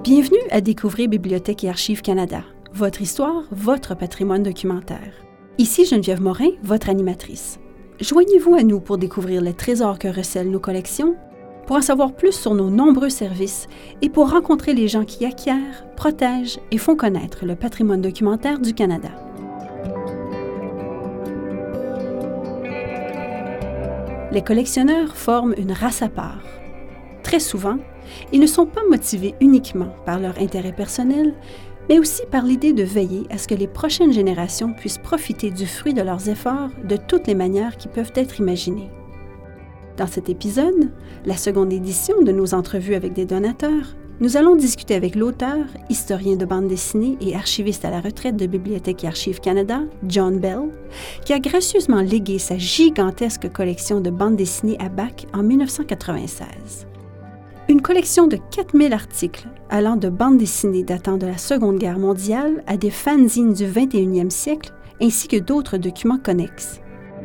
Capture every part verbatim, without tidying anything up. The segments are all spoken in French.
Bienvenue à Découvrir Bibliothèque et Archives Canada, votre histoire, votre patrimoine documentaire. Ici Geneviève Morin, votre animatrice. Joignez-vous à nous pour découvrir les trésors que recèlent nos collections, pour en savoir plus sur nos nombreux services et pour rencontrer les gens qui acquièrent, protègent et font connaître le patrimoine documentaire du Canada. Les collectionneurs forment une race à part. Très souvent, ils ne sont pas motivés uniquement par leur intérêt personnel, mais aussi par l'idée de veiller à ce que les prochaines générations puissent profiter du fruit de leurs efforts de toutes les manières qui peuvent être imaginées. Dans cet épisode, la seconde édition de nos entrevues avec des donateurs, nous allons discuter avec l'auteur, historien de bande dessinée et archiviste à la retraite de Bibliothèque et Archives Canada, John Bell, qui a gracieusement légué sa gigantesque collection de bandes dessinées à bac en dix-neuf cent quatre-vingt-seize. Une collection de quatre mille articles allant de bandes dessinées datant de la Seconde Guerre mondiale à des fanzines du vingt et unième siècle, ainsi que d'autres documents connexes.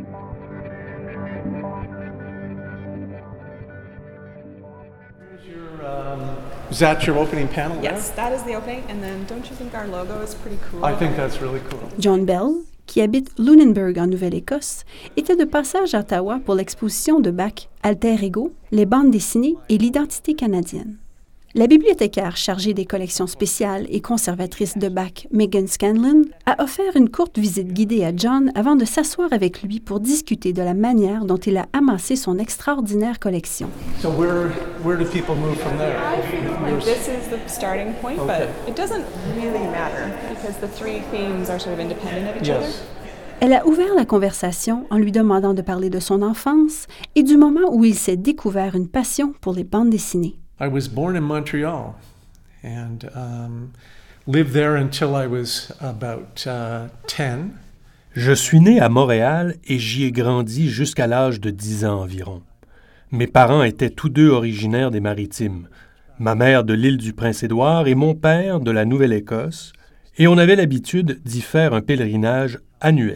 Is that your opening panel? Yes, that is the opening, and then don't you think our logo is pretty cool? I think that's really cool. John Bell, qui habite Lunenburg en Nouvelle-Écosse, était de passage à Ottawa pour l'exposition de Bach Alter Ego, les bandes dessinées et l'identité canadienne. La bibliothécaire chargée des collections spéciales et conservatrice de Bach, Megan Scanlon, a offert une courte visite guidée à John avant de s'asseoir avec lui pour discuter de la manière dont il a amassé son extraordinaire collection. So where where do people move from there? I feel like this is the starting point, Okay. but it doesn't really matter because the three themes are sort of independent of each other. Yes. Elle a ouvert la conversation en lui demandant de parler de son enfance et du moment où il s'est découvert une passion pour les bandes dessinées. I was born in Montreal and um, lived there until I was about uh, ten. Je suis né à Montréal et j'y ai grandi jusqu'à l'âge de dix ans environ. Mes parents étaient tous deux originaires des Maritimes, ma mère de l'île du Prince-Édouard et mon père de la Nouvelle-Écosse, et on avait l'habitude d'y faire un pèlerinage annuel.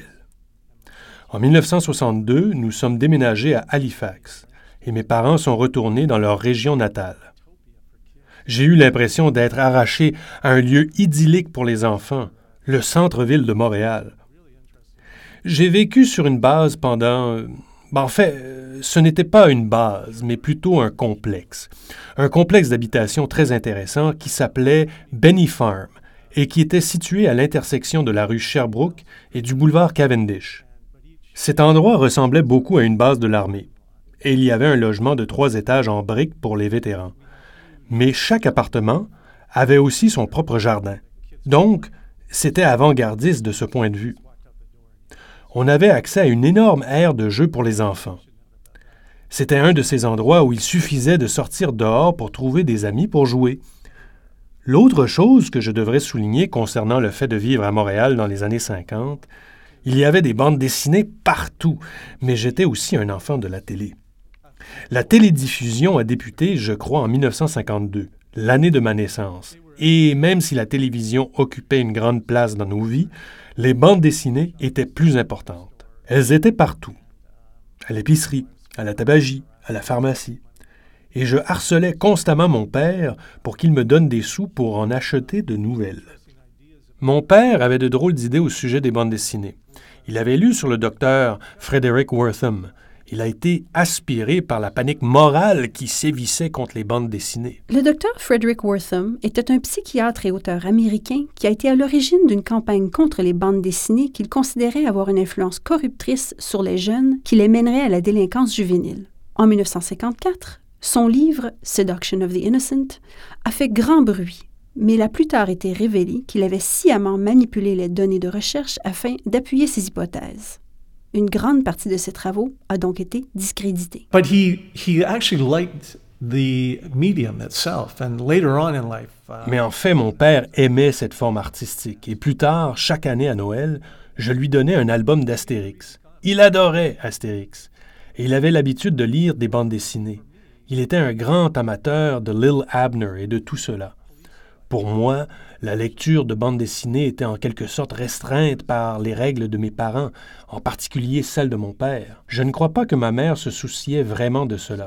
En dix-neuf cent soixante-deux, nous sommes déménagés à Halifax et mes parents sont retournés dans leur région natale. J'ai eu l'impression d'être arraché à un lieu idyllique pour les enfants, le centre-ville de Montréal. J'ai vécu sur une base pendant... Ben, en fait, ce n'était pas une base, mais plutôt un complexe. Un complexe d'habitation très intéressant qui s'appelait Benny Farm et qui était situé à l'intersection de la rue Sherbrooke et du boulevard Cavendish. Cet endroit ressemblait beaucoup à une base de l'armée et il y avait un logement de trois étages en briques pour les vétérans. Mais chaque appartement avait aussi son propre jardin. Donc, c'était avant-gardiste de ce point de vue. On avait accès à une énorme aire de jeux pour les enfants. C'était un de ces endroits où il suffisait de sortir dehors pour trouver des amis pour jouer. L'autre chose que je devrais souligner concernant le fait de vivre à Montréal dans les années cinquante, il y avait des bandes dessinées partout, mais j'étais aussi un enfant de la télé. La télédiffusion a débuté, je crois, en dix-neuf cent cinquante-deux, l'année de ma naissance. Et même si la télévision occupait une grande place dans nos vies, les bandes dessinées étaient plus importantes. Elles étaient partout. À l'épicerie, à la tabagie, à la pharmacie. Et je harcelais constamment mon père pour qu'il me donne des sous pour en acheter de nouvelles. Mon père avait de drôles d'idées au sujet des bandes dessinées. Il avait lu sur le docteur Frederick Wertham. Il a été aspiré par la panique morale qui sévissait contre les bandes dessinées. Le docteur Frederick Wertham était un psychiatre et auteur américain qui a été à l'origine d'une campagne contre les bandes dessinées qu'il considérait avoir une influence corruptrice sur les jeunes qui les mènerait à la délinquance juvénile. En dix-neuf cent cinquante-quatre, son livre « Seduction of the Innocent » a fait grand bruit, mais il a plus tard été révélé qu'il avait sciemment manipulé les données de recherche afin d'appuyer ses hypothèses. Une grande partie de ses travaux a donc été discréditée. But he he actually liked the medium itself, and later on in life. Uh, Mais en fait, mon père aimait cette forme artistique. Et plus tard, chaque année à Noël, je lui donnais un album d'Astérix. Il adorait Astérix. Et il avait l'habitude de lire des bandes dessinées. Il était un grand amateur de Lil Abner et de tout cela. Pour moi, la lecture de bande dessinée était en quelque sorte restreinte par les règles de mes parents, en particulier celles de mon père. Je ne crois pas que ma mère se souciait vraiment de cela,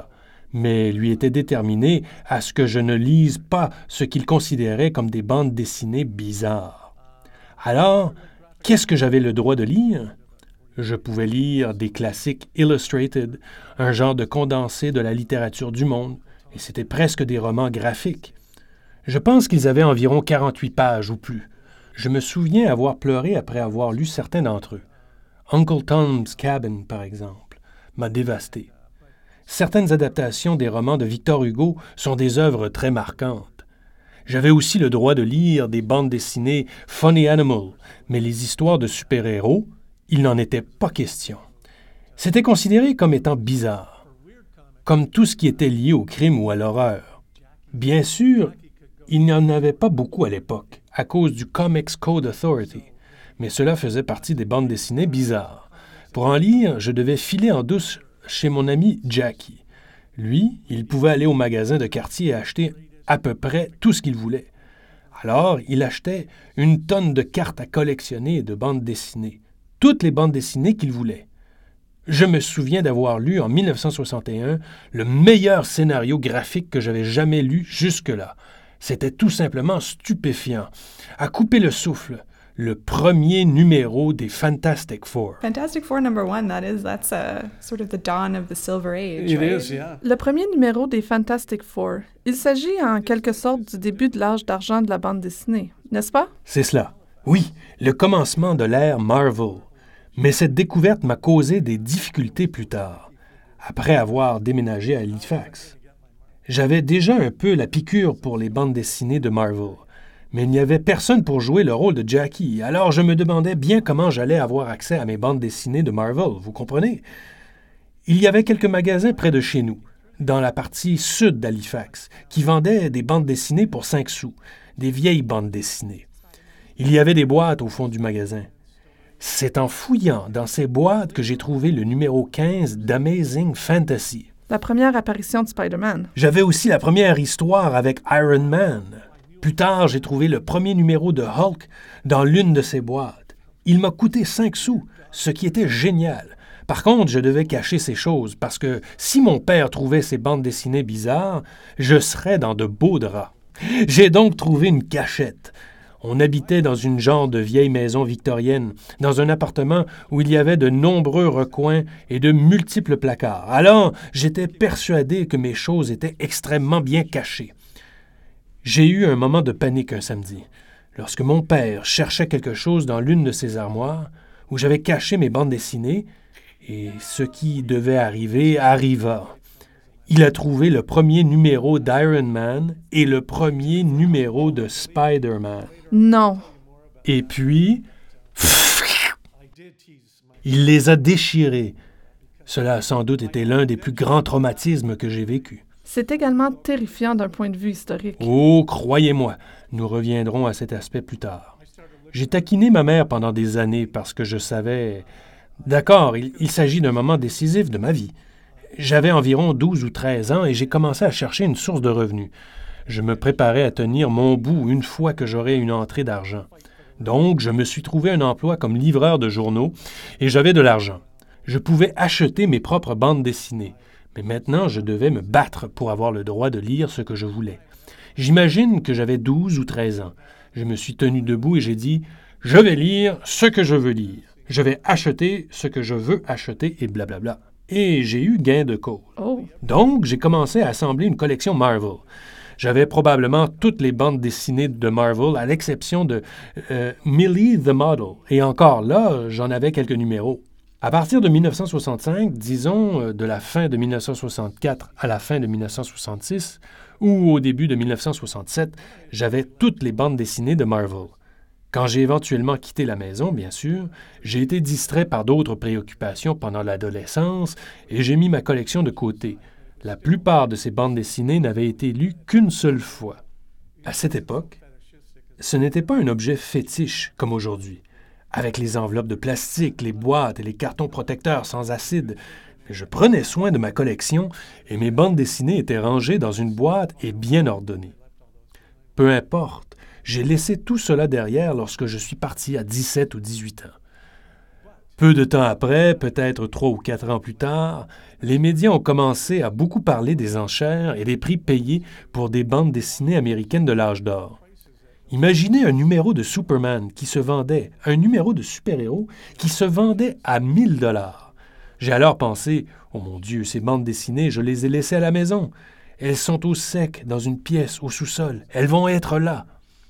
mais lui était déterminé à ce que je ne lise pas ce qu'il considérait comme des bandes dessinées bizarres. Alors, qu'est-ce que j'avais le droit de lire? Je pouvais lire des classiques illustrated, un genre de condensé de la littérature du monde, et c'était presque des romans graphiques. Je pense qu'ils avaient environ quarante-huit pages ou plus. Je me souviens avoir pleuré après avoir lu certains d'entre eux. Uncle Tom's Cabin, par exemple, m'a dévasté. Certaines adaptations des romans de Victor Hugo sont des œuvres très marquantes. J'avais aussi le droit de lire des bandes dessinées Funny Animal, mais les histoires de super-héros, il n'en était pas question. C'était considéré comme étant bizarre, comme tout ce qui était lié au crime ou à l'horreur. Bien sûr, il n'y en avait pas beaucoup à l'époque, à cause du Comics Code Authority, mais cela faisait partie des bandes dessinées bizarres. Pour en lire, je devais filer en douce chez mon ami Jackie. Lui, il pouvait aller au magasin de quartier et acheter à peu près tout ce qu'il voulait. Alors, il achetait une tonne de cartes à collectionner et de bandes dessinées, toutes les bandes dessinées qu'il voulait. Je me souviens d'avoir lu en mille neuf cent soixante et un le meilleur scénario graphique que j'avais jamais lu jusque-là. C'était tout simplement stupéfiant. À couper le souffle, le premier numéro des Fantastic Four. Fantastic Four number one, that is, that's uh, sort of the dawn of the Silver Age, It right? is, yeah. Le premier numéro des Fantastic Four, il s'agit en quelque sorte du début de l'âge d'argent de la bande dessinée, n'est-ce pas? C'est cela. Oui, le commencement de l'ère Marvel. Mais cette découverte m'a causé des difficultés plus tard, après avoir déménagé à Halifax. J'avais déjà un peu la piqûre pour les bandes dessinées de Marvel, mais il n'y avait personne pour jouer le rôle de Jackie, alors je me demandais bien comment j'allais avoir accès à mes bandes dessinées de Marvel, vous comprenez? Il y avait quelques magasins près de chez nous, dans la partie sud d'Halifax, qui vendaient des bandes dessinées pour cinq sous, des vieilles bandes dessinées. Il y avait des boîtes au fond du magasin. C'est en fouillant dans ces boîtes que j'ai trouvé le numéro quinze d'Amazing Fantasy. La première apparition de Spider-Man. J'avais aussi la première histoire avec Iron Man. Plus tard, j'ai trouvé le premier numéro de Hulk dans l'une de ces boîtes. Il m'a coûté cinq sous, ce qui était génial. Par contre, je devais cacher ces choses parce que si mon père trouvait ces bandes dessinées bizarres, je serais dans de beaux draps. J'ai donc trouvé une cachette. On habitait dans une genre de vieille maison victorienne, dans un appartement où il y avait de nombreux recoins et de multiples placards. Alors, j'étais persuadé que mes choses étaient extrêmement bien cachées. J'ai eu un moment de panique un samedi, lorsque mon père cherchait quelque chose dans l'une de ses armoires, où j'avais caché mes bandes dessinées, et ce qui devait arriver arriva. Il a trouvé le premier numéro d'Iron Man et le premier numéro de Spider-Man. Non. Et puis, il les a déchirés. Cela a sans doute été l'un des plus grands traumatismes que j'ai vécus. C'est également terrifiant d'un point de vue historique. Oh, croyez-moi, nous reviendrons à cet aspect plus tard. J'ai taquiné ma mère pendant des années parce que je savais... D'accord, il, il s'agit d'un moment décisif de ma vie. J'avais environ douze ou treize ans et j'ai commencé à chercher une source de revenus. Je me préparais à tenir mon bout une fois que j'aurais une entrée d'argent. Donc, je me suis trouvé un emploi comme livreur de journaux et j'avais de l'argent. Je pouvais acheter mes propres bandes dessinées, mais maintenant je devais me battre pour avoir le droit de lire ce que je voulais. J'imagine que j'avais douze ou treize ans. Je me suis tenu debout et j'ai dit « Je vais lire ce que je veux lire. Je vais acheter ce que je veux acheter et blablabla. » Et j'ai eu gain de cause. Oh. Donc, j'ai commencé à assembler une collection Marvel. J'avais probablement toutes les bandes dessinées de Marvel, à l'exception de euh, Millie the Model. Et encore là, j'en avais quelques numéros. À partir de mille neuf cent soixante-cinq, disons de la fin de mille neuf cent soixante-quatre à la fin de mille neuf cent soixante-six, ou au début de mille neuf cent soixante-sept, j'avais toutes les bandes dessinées de Marvel. Quand j'ai éventuellement quitté la maison, bien sûr, j'ai été distrait par d'autres préoccupations pendant l'adolescence et j'ai mis ma collection de côté. La plupart de ces bandes dessinées n'avaient été lues qu'une seule fois. À cette époque, ce n'était pas un objet fétiche comme aujourd'hui, avec les enveloppes de plastique, les boîtes et les cartons protecteurs sans acide. Je prenais soin de ma collection et mes bandes dessinées étaient rangées dans une boîte et bien ordonnées. Peu importe. J'ai laissé tout cela derrière lorsque je suis parti à dix-sept ou dix-huit ans. Peu de temps après, peut-être trois ou quatre ans plus tard, les médias ont commencé à beaucoup parler des enchères et des prix payés pour des bandes dessinées américaines de l'âge d'or. Imaginez un numéro de Superman qui se vendait, un numéro de super-héros qui se vendait à mille dollars. J'ai alors pensé, oh mon Dieu, ces bandes dessinées, je les ai laissées à la maison. Elles sont au sec, dans une pièce, au sous-sol. Elles vont être là.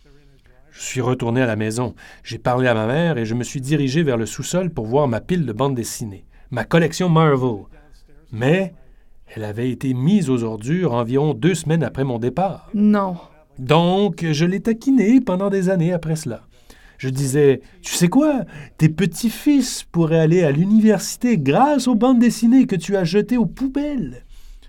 Je suis retourné à la maison. J'ai parlé à ma mère et je me suis dirigé vers le sous-sol pour voir ma pile de bandes dessinées, ma collection Marvel. Mais elle avait été mise aux ordures environ deux semaines après mon départ. Non. Donc, je l'ai taquinée pendant des années après cela. Je disais, tu sais quoi, tes petits-fils pourraient aller à l'université grâce aux bandes dessinées que tu as jetées aux poubelles.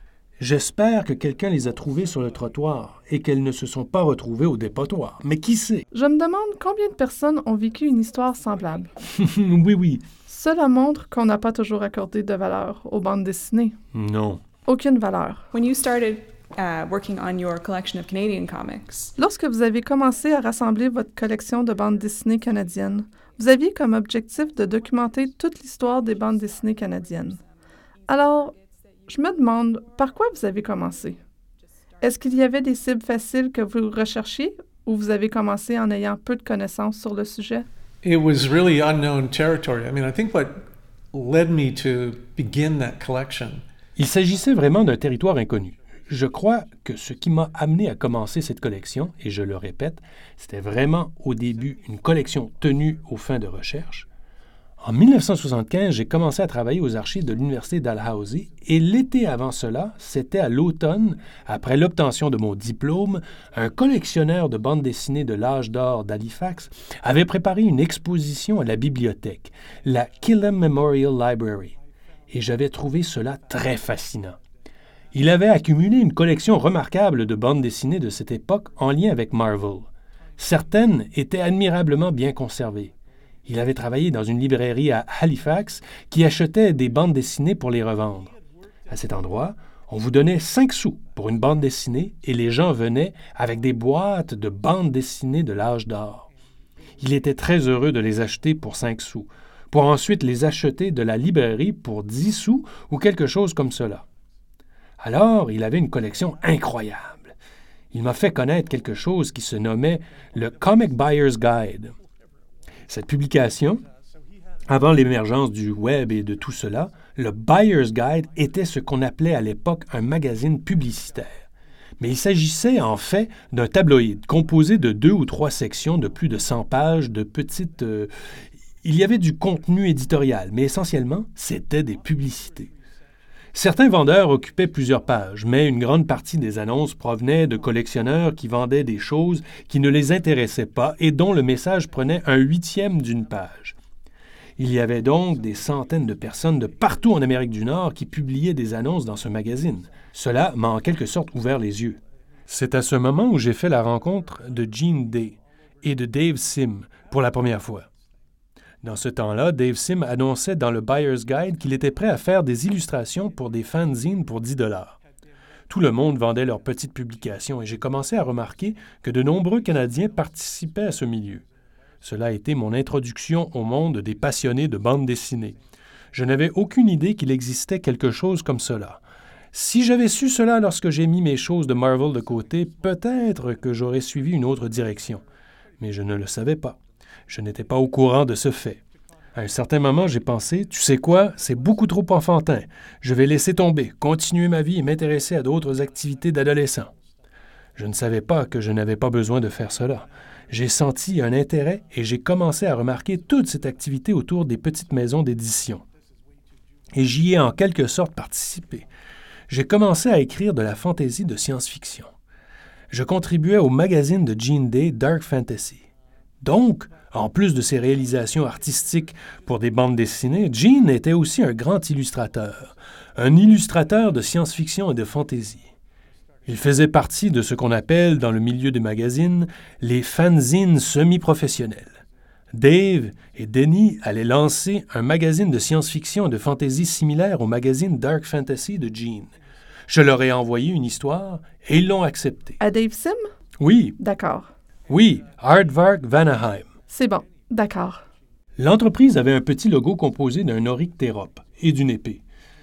J'espère que quelqu'un les a trouvées sur le trottoir et qu'elles ne se sont pas retrouvées au dépotoir. Mais qui sait? Je me demande combien de personnes ont vécu une histoire semblable. Oui, oui. Cela montre qu'on n'a pas toujours accordé de valeur aux bandes dessinées. Non. Aucune valeur. When you started uh, working on your collection of Canadian comics, Lorsque vous avez commencé à rassembler votre collection de bandes dessinées canadiennes, vous aviez comme objectif de documenter toute l'histoire des bandes dessinées canadiennes. Alors, je me demande par quoi vous avez commencé. Est-ce qu'il y avait des cibles faciles que vous recherchiez ou vous avez commencé en ayant peu de connaissances sur le sujet? It was really unknown territory. I mean, I think what led me to begin that collection Il s'agissait vraiment d'un territoire inconnu. Je crois que ce qui m'a amené à commencer cette collection, et je le répète, c'était vraiment au début une collection tenue aux fins de recherche. En dix-neuf cent soixante-quinze, j'ai commencé à travailler aux archives de l'Université Dalhousie et l'été avant cela, c'était à l'automne, après l'obtention de mon diplôme, un collectionneur de bandes dessinées de l'âge d'or d'Halifax avait préparé une exposition à la bibliothèque, la Killam Memorial Library, et j'avais trouvé cela très fascinant. Il avait accumulé une collection remarquable de bandes dessinées de cette époque en lien avec Marvel. Certaines étaient admirablement bien conservées. Il avait travaillé dans une librairie à Halifax qui achetait des bandes dessinées pour les revendre. À cet endroit, on vous donnait cinq sous pour une bande dessinée et les gens venaient avec des boîtes de bandes dessinées de l'âge d'or. Il était très heureux de les acheter pour cinq sous, pour ensuite les acheter de la librairie pour dix sous ou quelque chose comme cela. Alors, il avait une collection incroyable. Il m'a fait connaître quelque chose qui se nommait le Comic Buyer's Guide. Cette publication, avant l'émergence du web et de tout cela, le Buyer's Guide était ce qu'on appelait à l'époque un magazine publicitaire. Mais il s'agissait en fait d'un tabloïd composé de deux ou trois sections de plus de cent pages de petites... Euh, il y avait du contenu éditorial, mais essentiellement, c'était des publicités. Certains vendeurs occupaient plusieurs pages, mais une grande partie des annonces provenaient de collectionneurs qui vendaient des choses qui ne les intéressaient pas et dont le message prenait un huitième d'une page. Il y avait donc des centaines de personnes de partout en Amérique du Nord qui publiaient des annonces dans ce magazine. Cela m'a en quelque sorte ouvert les yeux. C'est à ce moment où j'ai fait la rencontre de Gene Day et de Dave Sim pour la première fois. Dans ce temps-là, Dave Sim annonçait dans le Buyer's Guide qu'il était prêt à faire des illustrations pour des fanzines pour dix dollars. Tout le monde vendait leurs petites publications et j'ai commencé à remarquer que de nombreux Canadiens participaient à ce milieu. Cela a été mon introduction au monde des passionnés de bande dessinée. Je n'avais aucune idée qu'il existait quelque chose comme cela. Si j'avais su cela lorsque j'ai mis mes choses de Marvel de côté, peut-être que j'aurais suivi une autre direction. Mais je ne le savais pas. Je n'étais pas au courant de ce fait. À un certain moment, j'ai pensé, tu sais quoi, c'est beaucoup trop enfantin. Je vais laisser tomber, continuer ma vie et m'intéresser à d'autres activités d'adolescent. Je ne savais pas que je n'avais pas besoin de faire cela. J'ai senti un intérêt et j'ai commencé à remarquer toute cette activité autour des petites maisons d'édition. Et j'y ai en quelque sorte participé. J'ai commencé à écrire de la fantaisie de science-fiction. Je contribuais au magazine de Gene Day, Dark Fantasy. Donc, en plus de ses réalisations artistiques pour des bandes dessinées, Gene était aussi un grand illustrateur, un illustrateur de science-fiction et de fantaisie. Il faisait partie de ce qu'on appelle, dans le milieu des magazines, les fanzines semi-professionnels. Dave et Denny allaient lancer un magazine de science-fiction et de fantaisie similaire au magazine Dark Fantasy de Gene. Je leur ai envoyé une histoire et ils l'ont acceptée. À Dave Sim? Oui, D'accord. oui, Aardvark Vanaheim. C'est bon. D'accord. L'entreprise avait un petit logo composé d'un oryctérope et d'une épée.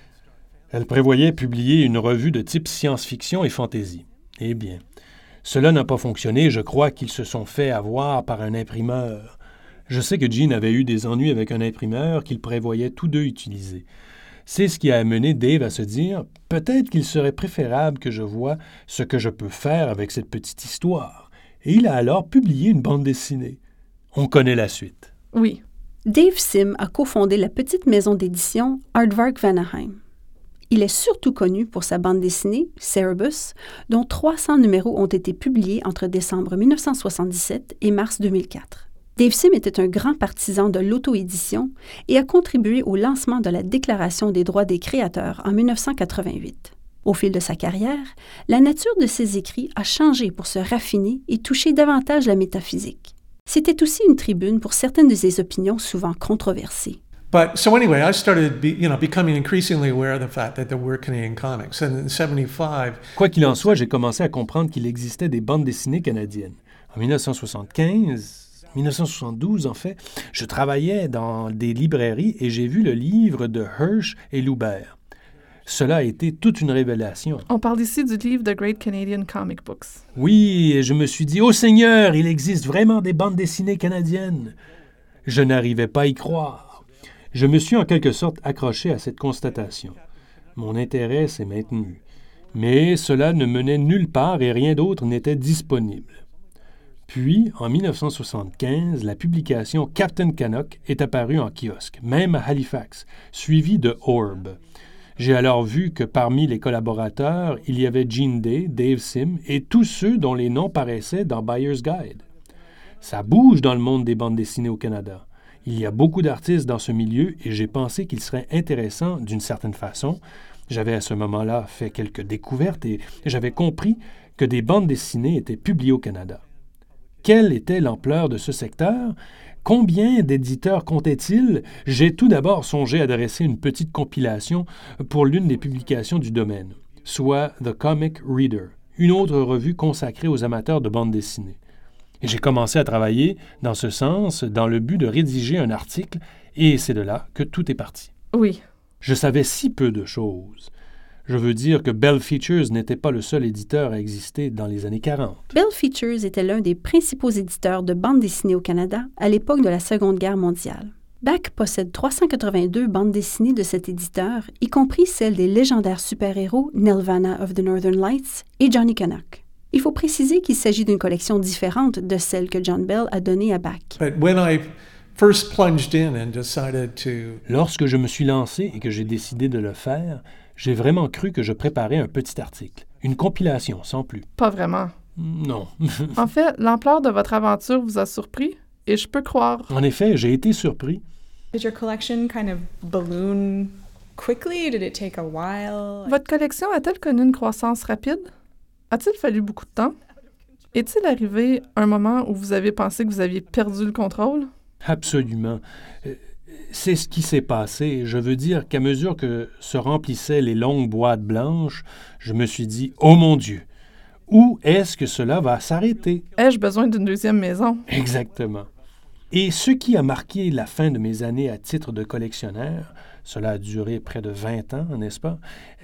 Elle prévoyait publier une revue de type science-fiction et fantasy. Eh bien, cela n'a pas fonctionné. Je crois qu'ils se sont fait avoir par un imprimeur. Je sais que Gene avait eu des ennuis avec un imprimeur qu'ils prévoyaient tous deux utiliser. C'est ce qui a amené Dave à se dire « Peut-être qu'il serait préférable que je voie ce que je peux faire avec cette petite histoire. » Et il a alors publié une bande dessinée. On connaît la suite. Oui. Dave Sim a cofondé la petite maison d'édition Aardvark Vanaheim. Il est surtout connu pour sa bande dessinée, Cerebus, dont trois cents numéros ont été publiés entre décembre mille neuf cent soixante-dix-sept et mars deux mille quatre. Dave Sim était un grand partisan de l'auto-édition et a contribué au lancement de la Déclaration des droits des créateurs en mille neuf cent quatre-vingt-huit. Au fil de sa carrière, la nature de ses écrits a changé pour se raffiner et toucher davantage la métaphysique. C'était aussi une tribune pour certaines de ses opinions souvent controversées. But so anyway, I started, be, you know, becoming increasingly aware of the fact that there were Canadian comics. And in seventy-five, Quoi qu'il en soit, j'ai commencé à comprendre qu'il existait des bandes dessinées canadiennes. En mille neuf cent soixante-quinze, mille neuf cent soixante-douze en fait, je travaillais dans des librairies et j'ai vu le livre de Hirsch et Loubert. Cela a été toute une révélation. On parle ici du livre The Great Canadian Comic Books. Oui, et je me suis dit, « Oh Seigneur, il existe vraiment des bandes dessinées canadiennes! » Je n'arrivais pas à y croire. Je me suis en quelque sorte accroché à cette constatation. Mon intérêt s'est maintenu. Mais cela ne menait nulle part et rien d'autre n'était disponible. Puis, en mille neuf cent soixante-quinze, la publication Captain Canuck est apparue en kiosque, même à Halifax, suivie de Orb. J'ai alors vu que parmi les collaborateurs, il y avait Gene Day, Dave Sim et tous ceux dont les noms paraissaient dans Buyer's Guide. Ça bouge dans le monde des bandes dessinées au Canada. Il y a beaucoup d'artistes dans ce milieu et j'ai pensé qu'il serait intéressant d'une certaine façon. J'avais à ce moment-là fait quelques découvertes et j'avais compris que des bandes dessinées étaient publiées au Canada. Quelle était l'ampleur de ce secteur? Combien d'éditeurs comptait-il? J'ai tout d'abord songé à dresser une petite compilation pour l'une des publications du domaine, soit The Comic Reader, une autre revue consacrée aux amateurs de bandes dessinées. Et j'ai commencé à travailler dans ce sens, dans le but de rédiger un article, et c'est de là que tout est parti. Oui. Je savais si peu de choses. Je veux dire que Bell Features n'était pas le seul éditeur à exister dans les années quarante. Bell Features était l'un des principaux éditeurs de bandes dessinées au Canada à l'époque de la Seconde Guerre mondiale. B A C possède trois cent quatre-vingt-deux bandes dessinées de cet éditeur, y compris celles des légendaires super-héros Nelvana of the Northern Lights et Johnny Canuck. Il faut préciser qu'il s'agit d'une collection différente de celle que John Bell a donnée à B A C. but when I first plunged in and decided to Lorsque je me suis lancé et que j'ai décidé de le faire, j'ai vraiment cru que je préparais un petit article, une compilation sans plus. Pas vraiment. Non. En fait, l'ampleur de votre aventure vous a surpris et je peux croire. En effet, j'ai été surpris. Did your collection kind of balloon quickly? Did it take a while? Votre collection a-t-elle connu une croissance rapide? A-t-il fallu beaucoup de temps? Est-il arrivé un moment où vous avez pensé que vous aviez perdu le contrôle? Absolument. Euh, C'est ce qui s'est passé. Je veux dire qu'à mesure que se remplissaient les longues boîtes blanches, je me suis dit « Oh mon Dieu! Où est-ce que cela va s'arrêter? » Ai-je besoin d'une deuxième maison? Exactement. Et ce qui a marqué la fin de mes années à titre de collectionneur, cela a duré près de vingt ans, n'est-ce pas?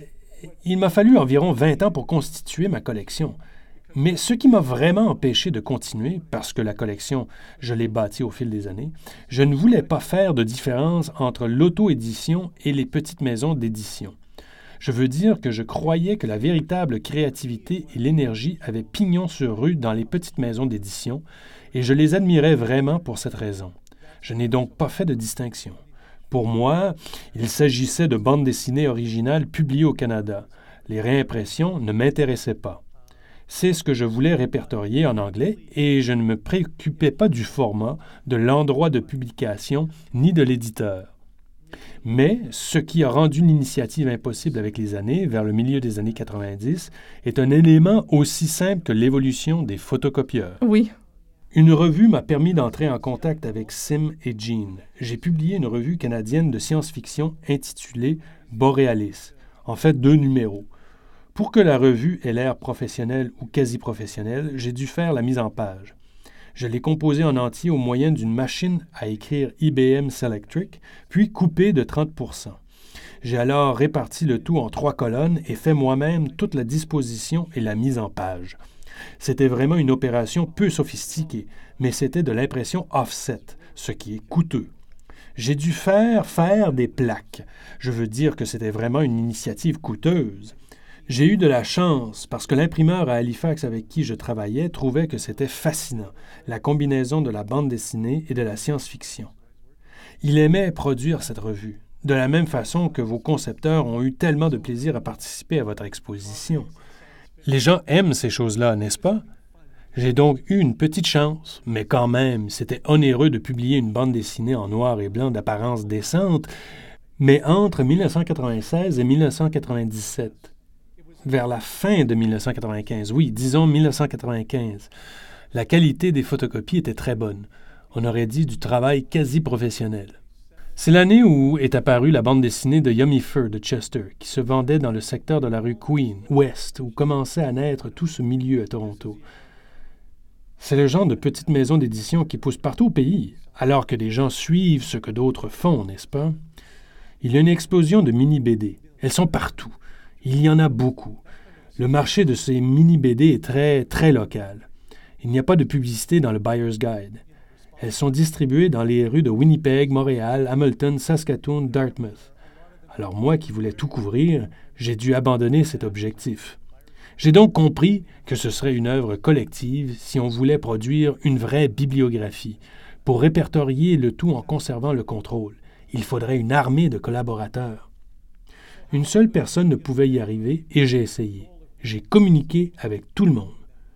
Il m'a fallu environ vingt ans pour constituer ma collection. Mais ce qui m'a vraiment empêché de continuer, parce que la collection, je l'ai bâtie au fil des années, je ne voulais pas faire de différence entre l'auto-édition et les petites maisons d'édition. Je veux dire que je croyais que la véritable créativité et l'énergie avaient pignon sur rue dans les petites maisons d'édition, et je les admirais vraiment pour cette raison. Je n'ai donc pas fait de distinction. Pour moi, il s'agissait de bandes dessinées originales publiées au Canada. Les réimpressions ne m'intéressaient pas. C'est ce que je voulais répertorier en anglais et je ne me préoccupais pas du format, de l'endroit de publication ni de l'éditeur. Mais ce qui a rendu l'initiative impossible avec les années, vers le milieu des années quatre-vingt-dix, est un élément aussi simple que l'évolution des photocopieurs. Oui. Une revue m'a permis d'entrer en contact avec Sim et Gene. J'ai publié une revue canadienne de science-fiction intitulée Borealis, en fait deux numéros. Pour que la revue ait l'air professionnelle ou quasi-professionnelle, j'ai dû faire la mise en page. Je l'ai composé en entier au moyen d'une machine à écrire I B M Selectric, puis coupé de trente pour cent. J'ai alors réparti le tout en trois colonnes et fait moi-même toute la disposition et la mise en page. C'était vraiment une opération peu sophistiquée, mais c'était de l'impression offset, ce qui est coûteux. J'ai dû faire faire des plaques. Je veux dire que c'était vraiment une initiative coûteuse. J'ai eu de la chance parce que l'imprimeur à Halifax avec qui je travaillais trouvait que c'était fascinant, la combinaison de la bande dessinée et de la science-fiction. Il aimait produire cette revue, de la même façon que vos concepteurs ont eu tellement de plaisir à participer à votre exposition. Les gens aiment ces choses-là, n'est-ce pas? J'ai donc eu une petite chance, mais quand même, c'était onéreux de publier une bande dessinée en noir et blanc d'apparence décente, mais entre mille neuf cent quatre-vingt-seize et mille neuf cent quatre-vingt-dix-sept, vers la fin de mille neuf cent quatre-vingt-quinze, oui, disons mille neuf cent quatre-vingt-quinze, la qualité des photocopies était très bonne. On aurait dit du travail quasi professionnel. C'est l'année où est apparue la bande dessinée de Yummy Fur de Chester, qui se vendait dans le secteur de la rue Queen, ouest, où commençait à naître tout ce milieu à Toronto. C'est le genre de petite maison d'édition qui pousse partout au pays, alors que des gens suivent ce que d'autres font, n'est-ce pas? Il y a une explosion de mini-B D. Elles sont partout. Il y en a beaucoup. Le marché de ces mini-B D est très, très local. Il n'y a pas de publicité dans le Buyer's Guide. Elles sont distribuées dans les rues de Winnipeg, Montréal, Hamilton, Saskatoon, Dartmouth. Alors moi qui voulais tout couvrir, j'ai dû abandonner cet objectif. J'ai donc compris que ce serait une œuvre collective si on voulait produire une vraie bibliographie. Pour répertorier le tout en conservant le contrôle, il faudrait une armée de collaborateurs. Une seule personne ne pouvait y arriver et j'ai essayé. J'ai communiqué avec tout le monde.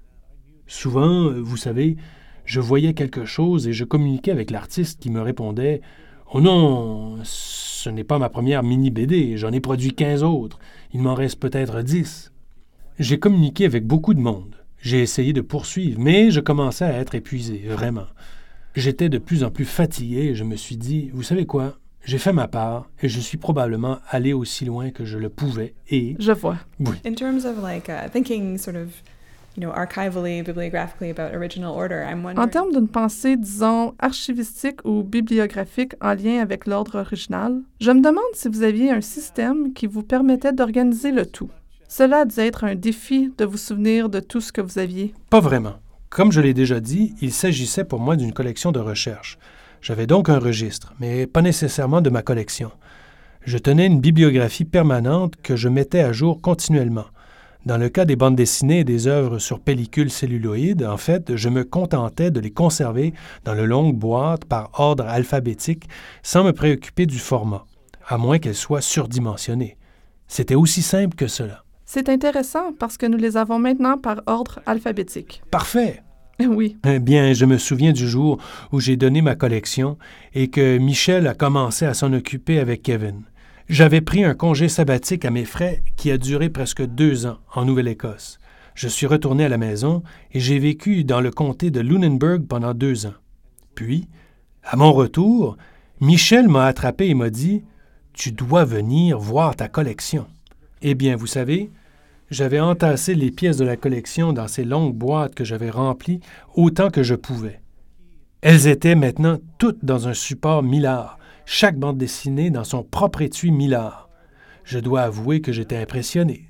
Souvent, vous savez, je voyais quelque chose et je communiquais avec l'artiste qui me répondait « Oh non, ce n'est pas ma première mini-B D, j'en ai produit quinze autres, il m'en reste peut-être dix. » J'ai communiqué avec beaucoup de monde. J'ai essayé de poursuivre, mais je commençais à être épuisé, vraiment. J'étais de plus en plus fatigué et je me suis dit « Vous savez quoi? J'ai fait ma part et je suis probablement allé aussi loin que je le pouvais et... » Je vois. Oui. In terms of like uh, thinking sort of, you know, archivally, bibliographically about original order, I'm wondering... En termes d'une pensée, disons, archivistique ou bibliographique en lien avec l'ordre original, je me demande si vous aviez un système qui vous permettait d'organiser le tout. Cela a dû être un défi de vous souvenir de tout ce que vous aviez. Pas vraiment. Comme je l'ai déjà dit, il s'agissait pour moi d'une collection de recherche. J'avais donc un registre, mais pas nécessairement de ma collection. Je tenais une bibliographie permanente que je mettais à jour continuellement. Dans le cas des bandes dessinées et des œuvres sur pellicule celluloïde, en fait, je me contentais de les conserver dans de longues boîtes par ordre alphabétique sans me préoccuper du format, à moins qu'elles soient surdimensionnées. C'était aussi simple que cela. C'est intéressant parce que nous les avons maintenant par ordre alphabétique. Parfait! Oui. Eh bien, je me souviens du jour où j'ai donné ma collection et que Michel a commencé à s'en occuper avec Kevin. J'avais pris un congé sabbatique à mes frais qui a duré presque deux ans en Nouvelle-Écosse. Je suis retourné à la maison et j'ai vécu dans le comté de Lunenburg pendant deux ans. Puis, à mon retour, Michel m'a attrapé et m'a dit « Tu dois venir voir ta collection. » Eh bien, vous savez, j'avais entassé les pièces de la collection dans ces longues boîtes que j'avais remplies autant que je pouvais. Elles étaient maintenant toutes dans un support Millard, chaque bande dessinée dans son propre étui Millard. Je dois avouer que j'étais impressionné.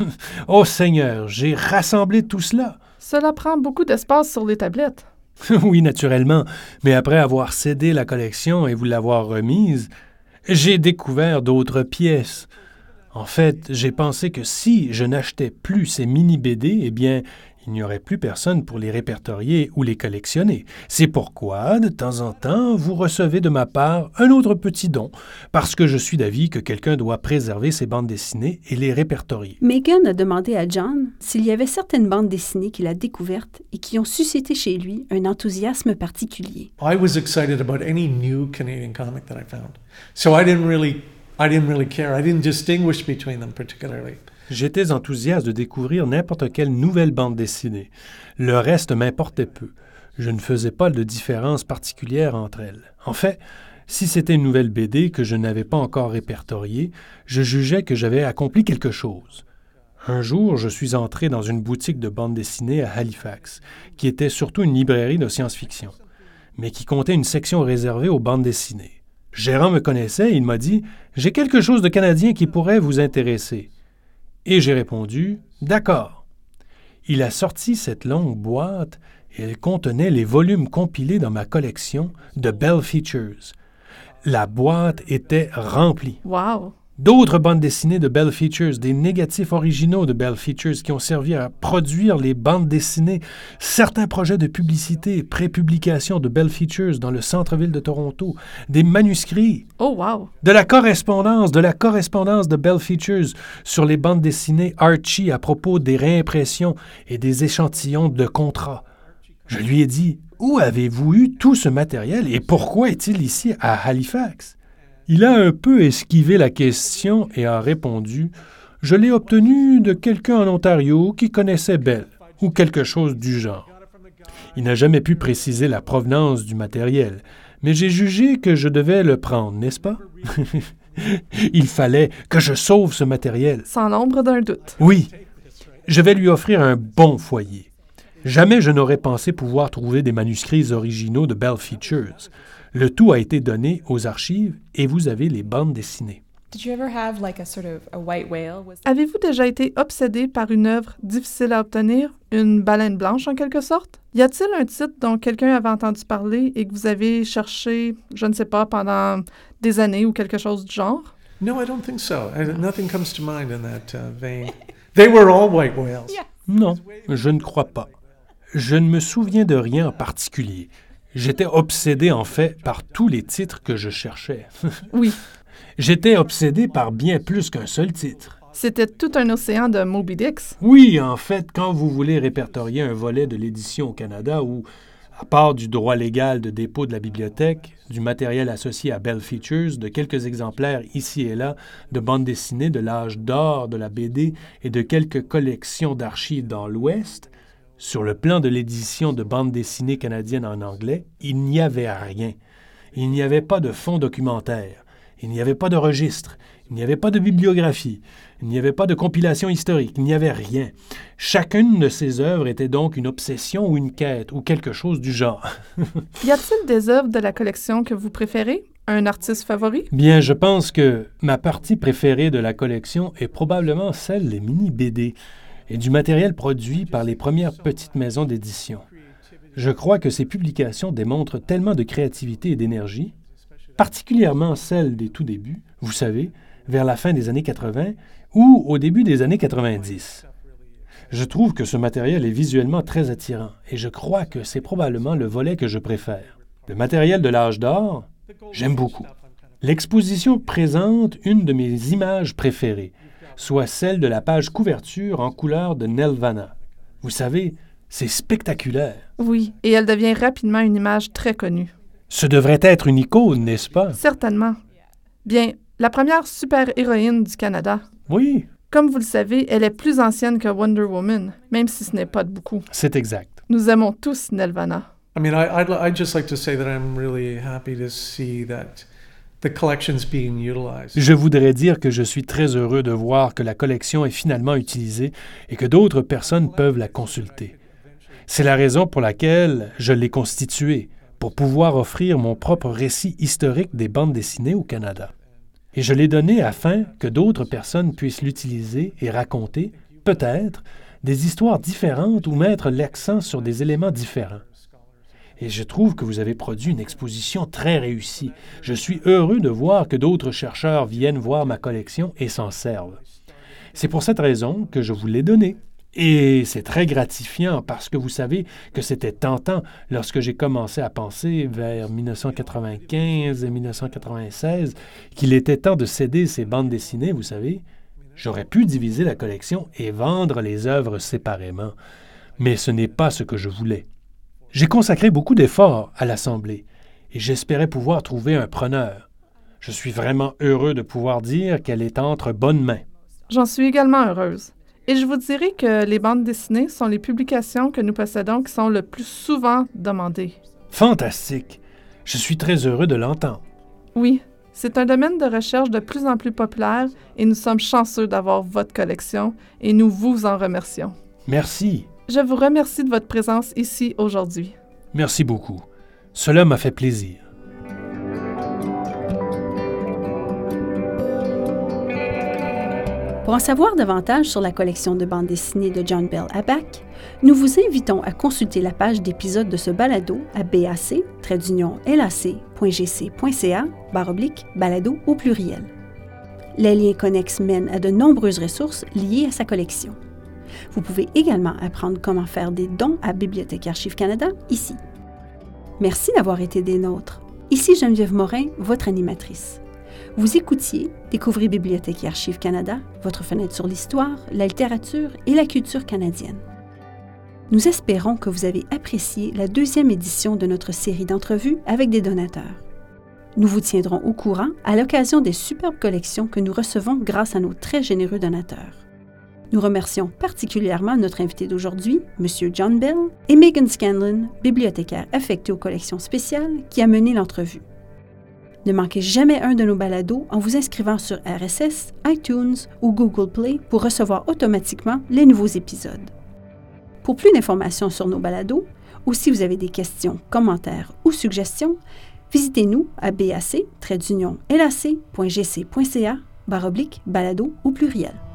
Oh Seigneur, j'ai rassemblé tout cela! Cela prend beaucoup d'espace sur les tablettes. Oui, naturellement, mais après avoir cédé la collection et vous l'avoir remise, j'ai découvert d'autres pièces. En fait, j'ai pensé que si je n'achetais plus ces mini-B D, eh bien, il n'y aurait plus personne pour les répertorier ou les collectionner. C'est pourquoi, de temps en temps, vous recevez de ma part un autre petit don, parce que je suis d'avis que quelqu'un doit préserver ces bandes dessinées et les répertorier. Megan a demandé à John s'il y avait certaines bandes dessinées qu'il a découvertes et qui ont suscité chez lui un enthousiasme particulier. I was excited about any new Canadian comic that I found. So I didn't really, I didn't really care. I didn't distinguish between them particularly. J'étais enthousiaste de découvrir n'importe quelle nouvelle bande dessinée. Le reste m'importait peu. Je ne faisais pas de différence particulière entre elles. En fait, si c'était une nouvelle B D que je n'avais pas encore répertoriée, je jugeais que j'avais accompli quelque chose. Un jour, je suis entré dans une boutique de bande dessinée à Halifax, qui était surtout une librairie de science-fiction, mais qui comptait une section réservée aux bandes dessinées. Le gérant me connaissait et il m'a dit « J'ai quelque chose de canadien qui pourrait vous intéresser. » Et j'ai répondu « D'accord. » Il a sorti cette longue boîte et elle contenait les volumes compilés dans ma collection de Bell Features. La boîte était remplie. Wow! D'autres bandes dessinées de Bell Features, des négatifs originaux de Bell Features qui ont servi à produire les bandes dessinées, certains projets de publicité et pré-publication de Bell Features dans le centre-ville de Toronto, des manuscrits, Oh wow! de la correspondance, de la correspondance de Bell Features sur les bandes dessinées Archie à propos des réimpressions et des échantillons de contrats. Je lui ai dit « Où avez-vous eu tout ce matériel et pourquoi est-il ici à Halifax? » Il a un peu esquivé la question et a répondu « Je l'ai obtenu de quelqu'un en Ontario qui connaissait Bell, ou quelque chose du genre. » Il n'a jamais pu préciser la provenance du matériel, mais j'ai jugé que je devais le prendre, n'est-ce pas? Il fallait que je sauve ce matériel. Sans l'ombre d'un doute. Oui, je vais lui offrir un bon foyer. Jamais je n'aurais pensé pouvoir trouver des manuscrits originaux de Bell Features. Le tout a été donné aux archives et vous avez les bandes dessinées. Did you ever have like a sort of a white whale? Was Avez-vous déjà été obsédé par une œuvre difficile à obtenir, une baleine blanche en quelque sorte? Y a-t-il un titre dont quelqu'un avait entendu parler et que vous avez cherché, je ne sais pas, pendant des années ou quelque chose du genre? No, I don't think so. I, nothing comes to mind in that uh, vein. They were all white whales. Yeah. Non, je ne crois pas. Je ne me souviens de rien en particulier. J'étais obsédé, en fait, par tous les titres que je cherchais. Oui, J'étais obsédé par bien plus qu'un seul titre. c'était tout un océan de Moby Dicks. Oui, en fait, quand vous voulez répertorier un volet de l'édition au Canada où, à part du droit légal de dépôt de la bibliothèque, du matériel associé à Bell Features, de quelques exemplaires ici et là de bandes dessinées de l'âge d'or de la B D et de quelques collections d'archives dans l'Ouest, sur le plan de l'édition de bandes dessinées canadiennes en anglais, il n'y avait rien. Il n'y avait pas de fonds documentaire. Il n'y avait pas de registre. Il n'y avait pas de bibliographie. Il n'y avait pas de compilation historique. Il n'y avait rien. Chacune de ces œuvres était donc une obsession ou une quête ou quelque chose du genre. Y a-t-il des œuvres de la collection que vous préférez? Un artiste favori? Bien, je pense que ma partie préférée de la collection est probablement celle des mini-B D et du matériel produit par les premières petites maisons d'édition. Je crois que ces publications démontrent tellement de créativité et d'énergie, particulièrement celles des tout débuts, vous savez, vers la fin des années quatre-vingt ou au début des années quatre-vingt-dix. Je trouve que ce matériel est visuellement très attirant et je crois que c'est probablement le volet que je préfère. Le matériel de l'âge d'or, j'aime beaucoup. L'exposition présente une de mes images préférées, soit celle de la page couverture en couleur de Nelvana. Vous savez, c'est spectaculaire. Oui, et elle devient rapidement une image très connue. Ce devrait être une icône, n'est-ce pas? Certainement. Bien, la première super-héroïne du Canada. Oui, Comme vous le savez, elle est plus ancienne que Wonder Woman, même si ce n'est pas de beaucoup. c'est exact. Nous aimons tous Nelvana. I mean, I, I'd, li- I'd just like to say that I'm really happy to see that the collection's being utilized. Je voudrais dire que je suis très heureux de voir que la collection est finalement utilisée et que d'autres personnes peuvent la consulter. C'est la raison pour laquelle je l'ai constituée, pour pouvoir offrir mon propre récit historique des bandes dessinées au Canada. Et je l'ai donné afin que d'autres personnes puissent l'utiliser et raconter, peut-être, des histoires différentes ou mettre l'accent sur des éléments différents. Et je trouve que vous avez produit une exposition très réussie. Je suis heureux de voir que d'autres chercheurs viennent voir ma collection et s'en servent. C'est pour cette raison que je vous l'ai donnée. Et c'est très gratifiant parce que vous savez que c'était tentant lorsque j'ai commencé à penser vers dix-neuf cent quatre-vingt-quinze et dix-neuf cent quatre-vingt-seize qu'il était temps de céder ces bandes dessinées, vous savez. J'aurais pu diviser la collection et vendre les œuvres séparément, mais ce n'est pas ce que je voulais. J'ai consacré beaucoup d'efforts à l'Assemblée et j'espérais pouvoir trouver un preneur. Je suis vraiment heureux de pouvoir dire qu'elle est entre bonnes mains. J'en suis également heureuse. Et je vous dirais que les bandes dessinées sont les publications que nous possédons qui sont le plus souvent demandées. Fantastique! Je suis très heureux de l'entendre. Oui, C'est un domaine de recherche de plus en plus populaire et nous sommes chanceux d'avoir votre collection et nous vous en remercions. Merci. Je vous remercie de votre présence ici aujourd'hui. Merci beaucoup. Cela m'a fait plaisir. Pour en savoir davantage sur la collection de bandes dessinées de John Bell Aback, nous vous invitons à consulter la page d'épisode de ce balado à bac trait d'union lac.gc.ca barre oblique balado au pluriel. Les liens connexes mènent à de nombreuses ressources liées à sa collection. Vous pouvez également apprendre comment faire des dons à Bibliothèque Archives Canada ici. Merci d'avoir été des nôtres. Ici Geneviève Morin, votre animatrice. Vous écoutiez Découvrez Bibliothèque et Archives Canada, votre fenêtre sur l'histoire, la littérature et la culture canadienne. Nous espérons que vous avez apprécié la deuxième édition de notre série d'entrevues avec des donateurs. Nous vous tiendrons au courant à l'occasion des superbes collections que nous recevons grâce à nos très généreux donateurs. Nous remercions particulièrement notre invité d'aujourd'hui, M. John Bell, et Megan Scanlon, bibliothécaire affectée aux collections spéciales, qui a mené l'entrevue. Ne manquez jamais un de nos balados en vous inscrivant sur R S S, iTunes ou Google Play pour recevoir automatiquement les nouveaux épisodes. Pour plus d'informations sur nos balados, ou si vous avez des questions, commentaires ou suggestions, visitez-nous à bac trait d'union lac.gc.ca barre oblique balado au pluriel.